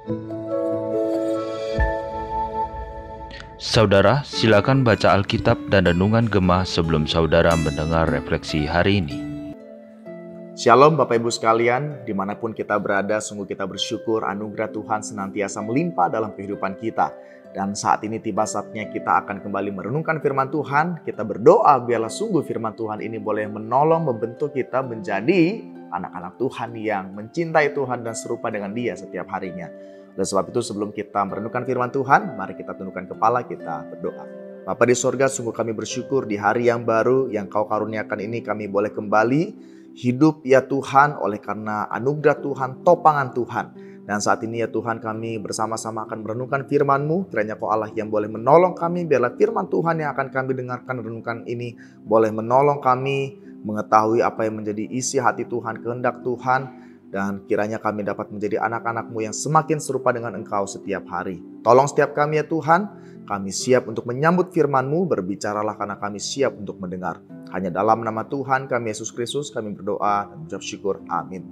Saudara, silakan baca Alkitab dan Renungan Gemah sebelum saudara mendengar refleksi hari ini. Shalom Bapak Ibu sekalian, dimanapun kita berada, sungguh kita bersyukur anugerah Tuhan senantiasa melimpah dalam kehidupan kita. Dan saat ini tiba saatnya kita akan kembali merenungkan firman Tuhan. Kita berdoa biarlah sungguh firman Tuhan ini boleh menolong, membentuk kita menjadi anak-anak Tuhan yang mencintai Tuhan dan serupa dengan Dia setiap harinya. Oleh sebab itu sebelum kita merenungkan firman Tuhan, mari kita tundukkan kepala, kita berdoa. Bapa di sorga, sungguh kami bersyukur di hari yang baru yang Kau karuniakan ini kami boleh kembali hidup ya Tuhan oleh karena anugerah Tuhan, topangan Tuhan. Dan saat ini ya Tuhan kami bersama-sama akan merenungkan firman-Mu. Kiranya Kau Allah yang boleh menolong kami, biarlah firman Tuhan yang akan kami dengarkan renungkan ini boleh menolong kami mengetahui apa yang menjadi isi hati Tuhan, kehendak Tuhan. Dan kiranya kami dapat menjadi anak-anak-Mu yang semakin serupa dengan Engkau setiap hari. Tolong setiap kami ya Tuhan, kami siap untuk menyambut firman-Mu, berbicaralah karena kami siap untuk mendengar. Hanya dalam nama Tuhan kami Yesus Kristus kami berdoa dan mengucap syukur. Amin.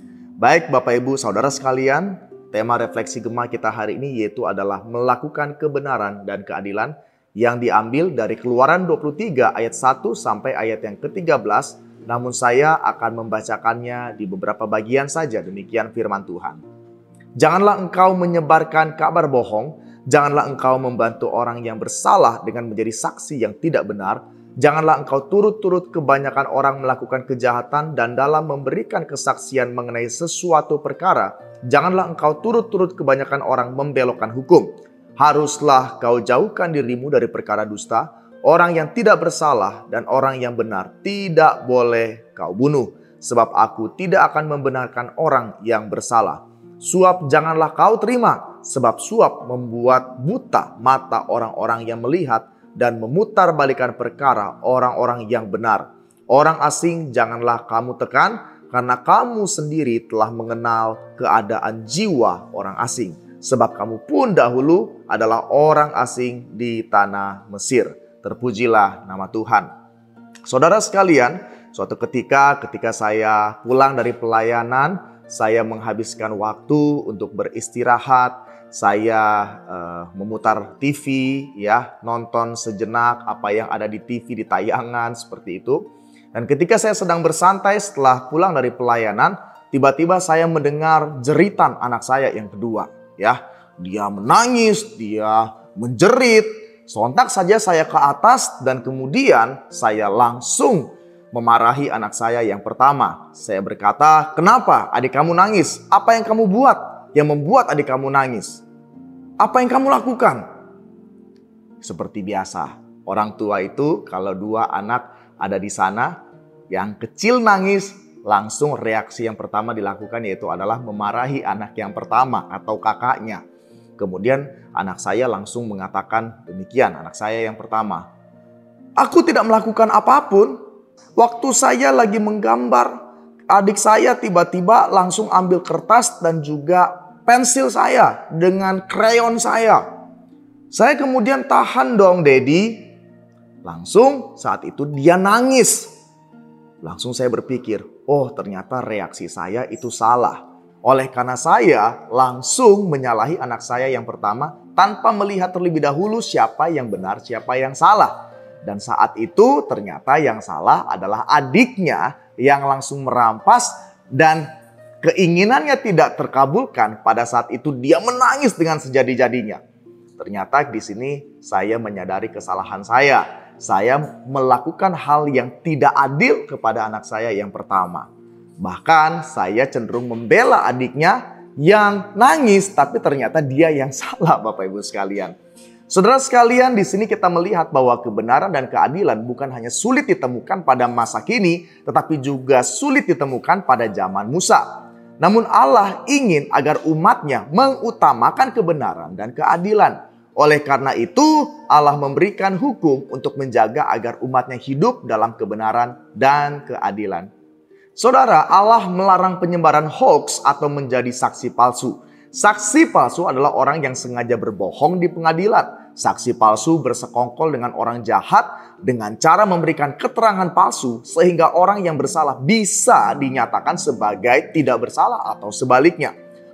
Baik Bapak Ibu Saudara sekalian, tema refleksi Gemah kita hari ini yaitu adalah melakukan kebenaran dan keadilan yang diambil dari Keluaran 23 ayat 1 sampai ayat yang ke-13. Namun saya akan membacakannya di beberapa bagian saja, demikian firman Tuhan. Janganlah engkau menyebarkan kabar bohong, janganlah engkau membantu orang yang bersalah dengan menjadi saksi yang tidak benar, janganlah engkau turut-turut kebanyakan orang melakukan kejahatan dan dalam memberikan kesaksian mengenai sesuatu perkara, janganlah engkau turut-turut kebanyakan orang membelokkan hukum. Haruslah kau jauhkan dirimu dari perkara dusta. Orang yang tidak bersalah dan orang yang benar tidak boleh kau bunuh. Sebab aku tidak akan membenarkan orang yang bersalah. Suap janganlah kau terima. Sebab suap membuat buta mata orang-orang yang melihat dan memutarbalikan perkara orang-orang yang benar. Orang asing janganlah kamu tekan karena kamu sendiri telah mengenal keadaan jiwa orang asing. Sebab kamu pun dahulu adalah orang asing di tanah Mesir. Terpujilah nama Tuhan. Saudara sekalian, suatu ketika saya pulang dari pelayanan, saya menghabiskan waktu untuk beristirahat. Saya memutar TV, ya, nonton sejenak apa yang ada di TV, di tayangan seperti itu. Dan ketika saya sedang bersantai setelah pulang dari pelayanan, tiba-tiba saya mendengar jeritan anak saya yang kedua. Ya, dia menangis, dia menjerit. Sontak saja saya ke atas dan kemudian saya langsung memarahi anak saya yang pertama. Saya berkata, "Kenapa adik kamu nangis? Apa yang kamu buat yang membuat adik kamu nangis? Apa yang kamu lakukan?" Seperti biasa, orang tua itu kalau dua anak ada di sana, yang kecil nangis, langsung reaksi yang pertama dilakukan yaitu adalah memarahi anak yang pertama atau kakaknya. Kemudian anak saya langsung mengatakan demikian, anak saya yang pertama. "Aku tidak melakukan apapun. Waktu saya lagi menggambar, adik saya tiba-tiba langsung ambil kertas dan juga pensil saya dengan krayon saya. Saya kemudian tahan dong, Dedi." Langsung saat itu dia nangis. Langsung saya berpikir, oh ternyata reaksi saya itu salah. Oleh karena saya langsung menyalahi anak saya yang pertama tanpa melihat terlebih dahulu siapa yang benar, siapa yang salah. Dan saat itu ternyata yang salah adalah adiknya yang langsung merampas dan keinginannya tidak terkabulkan. Pada saat itu dia menangis dengan sejadi-jadinya. Ternyata di sini saya menyadari kesalahan saya. Saya melakukan hal yang tidak adil kepada anak saya yang pertama. Bahkan saya cenderung membela adiknya yang nangis, tapi ternyata dia yang salah, Bapak Ibu sekalian. Saudara sekalian, di sini kita melihat bahwa kebenaran dan keadilan bukan hanya sulit ditemukan pada masa kini, tetapi juga sulit ditemukan pada zaman Musa. Namun Allah ingin agar umatnya mengutamakan kebenaran dan keadilan. Oleh karena itu, Allah memberikan hukum untuk menjaga agar umatnya hidup dalam kebenaran dan keadilan. Saudara, Allah melarang penyebaran hoax atau menjadi saksi palsu. Saksi palsu adalah orang yang sengaja berbohong di pengadilan. Saksi palsu bersekongkol dengan orang jahat dengan cara memberikan keterangan palsu sehingga orang yang bersalah bisa dinyatakan sebagai tidak bersalah atau sebaliknya.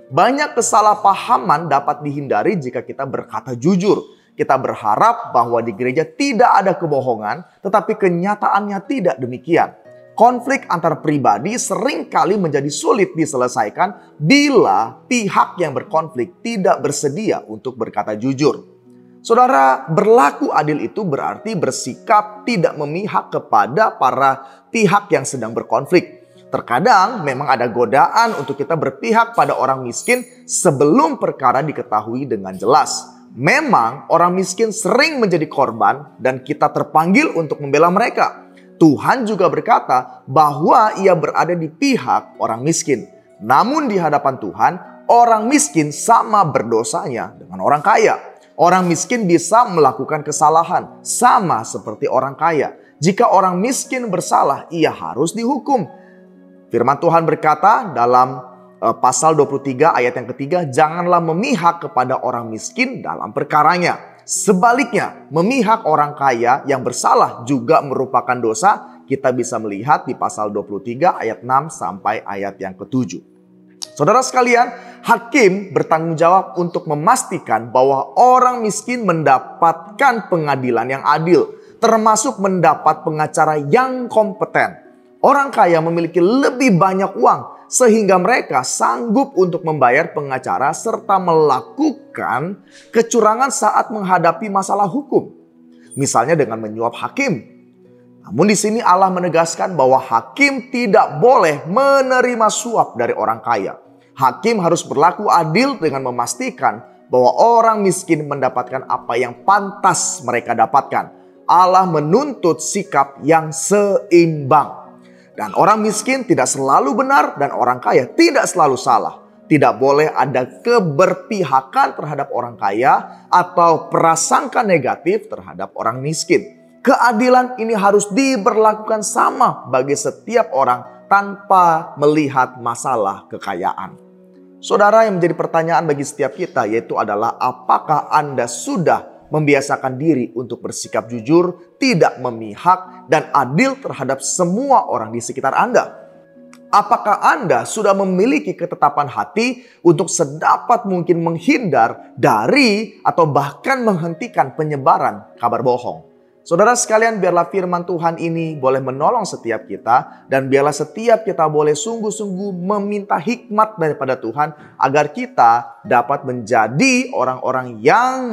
Banyak kesalahpahaman dapat dihindari jika kita berkata jujur. Kita berharap bahwa di gereja tidak ada kebohongan, tetapi kenyataannya tidak demikian. Konflik antar pribadi seringkali menjadi sulit diselesaikan bila pihak yang berkonflik tidak bersedia untuk berkata jujur. Saudara, berlaku adil itu berarti bersikap tidak memihak kepada para pihak yang sedang berkonflik. Terkadang memang ada godaan untuk kita berpihak pada orang miskin sebelum perkara diketahui dengan jelas. Memang orang miskin sering menjadi korban dan kita terpanggil untuk membela mereka. Tuhan juga berkata bahwa ia berada di pihak orang miskin. Namun di hadapan Tuhan, orang miskin sama berdosanya dengan orang kaya. Orang miskin bisa melakukan kesalahan sama seperti orang kaya. Jika orang miskin bersalah, ia harus dihukum. Firman Tuhan berkata dalam pasal 23 ayat yang ketiga, janganlah memihak kepada orang miskin dalam perkaranya. Sebaliknya, memihak orang kaya yang bersalah juga merupakan dosa. Kita bisa melihat di pasal 23 ayat 6 sampai ayat yang ke-7. Saudara sekalian, hakim bertanggung jawab untuk memastikan bahwa orang miskin mendapatkan pengadilan yang adil, termasuk mendapat pengacara yang kompeten. Orang kaya memiliki lebih banyak uang sehingga mereka sanggup untuk membayar pengacara serta melakukan kecurangan saat menghadapi masalah hukum. Misalnya dengan menyuap hakim. Namun di sini Allah menegaskan bahwa hakim tidak boleh menerima suap dari orang kaya. Hakim harus berlaku adil dengan memastikan bahwa orang miskin mendapatkan apa yang pantas mereka dapatkan. Allah menuntut sikap yang seimbang. Dan orang miskin tidak selalu benar dan orang kaya tidak selalu salah. Tidak boleh ada keberpihakan terhadap orang kaya atau prasangka negatif terhadap orang miskin. Keadilan ini harus diberlakukan sama bagi setiap orang tanpa melihat masalah kekayaan. Saudara, yang menjadi pertanyaan bagi setiap kita yaitu adalah apakah Anda sudah membiasakan diri untuk bersikap jujur, tidak memihak, dan adil terhadap semua orang di sekitar Anda? Apakah Anda sudah memiliki ketetapan hati untuk sedapat mungkin menghindar dari atau bahkan menghentikan penyebaran kabar bohong? Saudara sekalian, biarlah firman Tuhan ini boleh menolong setiap kita dan biarlah setiap kita boleh sungguh-sungguh meminta hikmat daripada Tuhan agar kita dapat menjadi orang-orang yang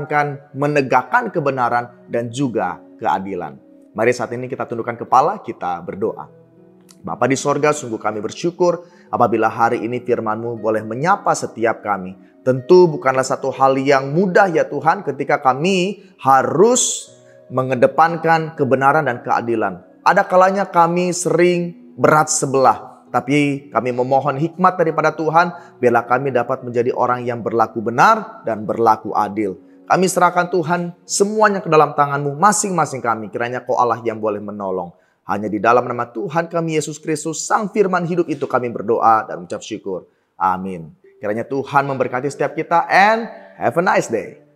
menegakkan kebenaran dan juga keadilan. Mari saat ini kita tundukkan kepala, kita berdoa. Bapa di sorga, sungguh kami bersyukur apabila hari ini firman-Mu boleh menyapa setiap kami. Tentu bukanlah satu hal yang mudah ya Tuhan ketika kami harus mengedepankan kebenaran dan keadilan. Ada kalanya kami sering berat sebelah, tapi kami memohon hikmat daripada Tuhan, biarlah kami dapat menjadi orang yang berlaku benar dan berlaku adil. Kami serahkan Tuhan semuanya ke dalam tangan-Mu masing-masing kami. Kiranya Kau Allah yang boleh menolong. Hanya di dalam nama Tuhan kami Yesus Kristus, Sang Firman hidup itu kami berdoa dan mengucap syukur. Amin. Kiranya Tuhan memberkati setiap kita and have a nice day.